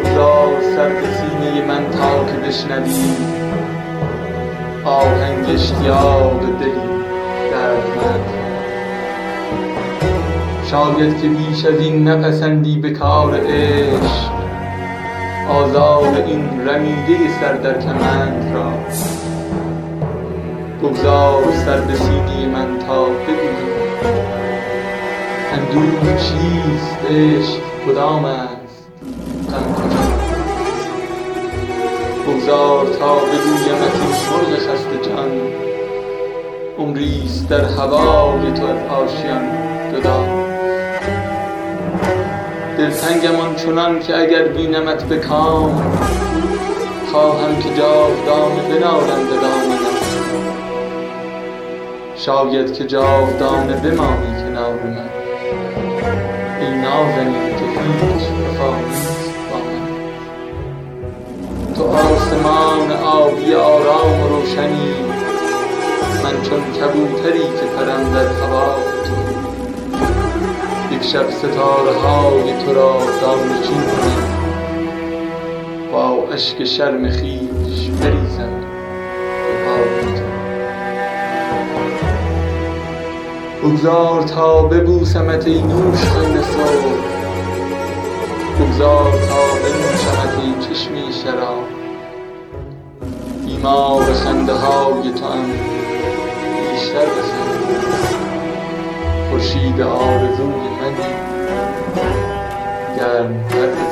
بگذار سر به سینه من تا که بشنوی آهنگ اشتیاق دلی دردمند. شاید که بیش از این نپسندی به کار عشق آزار این رمیده سر در کمند را. بگذار سر به سینه من تا بگویم اندوه چیست، عشق کدام است، غم کجاست. بگذار تا بگویمت این مرغ خسته جان عمریست در هوای تو از آشیان جدا. دلتنگم آنچنان که اگر بینمت به کام خواهم که جاودانه بنالم به دامنت. شاید که جاودانه بمانی کنار من ای نازنین که هیچ وفا نیست با من. تو آسمان آبی آرام و روشنی، من چون کبوتری که پرم در هوای تو. یک شب ستاره های تو را دانه چین کنم با اشک شرم خویش بریزم به پای تو. بگذار تا ببوسمت ای نوشخند صبح، بگذار تا بنوشمت ای چشمه شراب. بیمار خنده های توام بیشتر بخند، خورشید آرزوی منی گرمتر.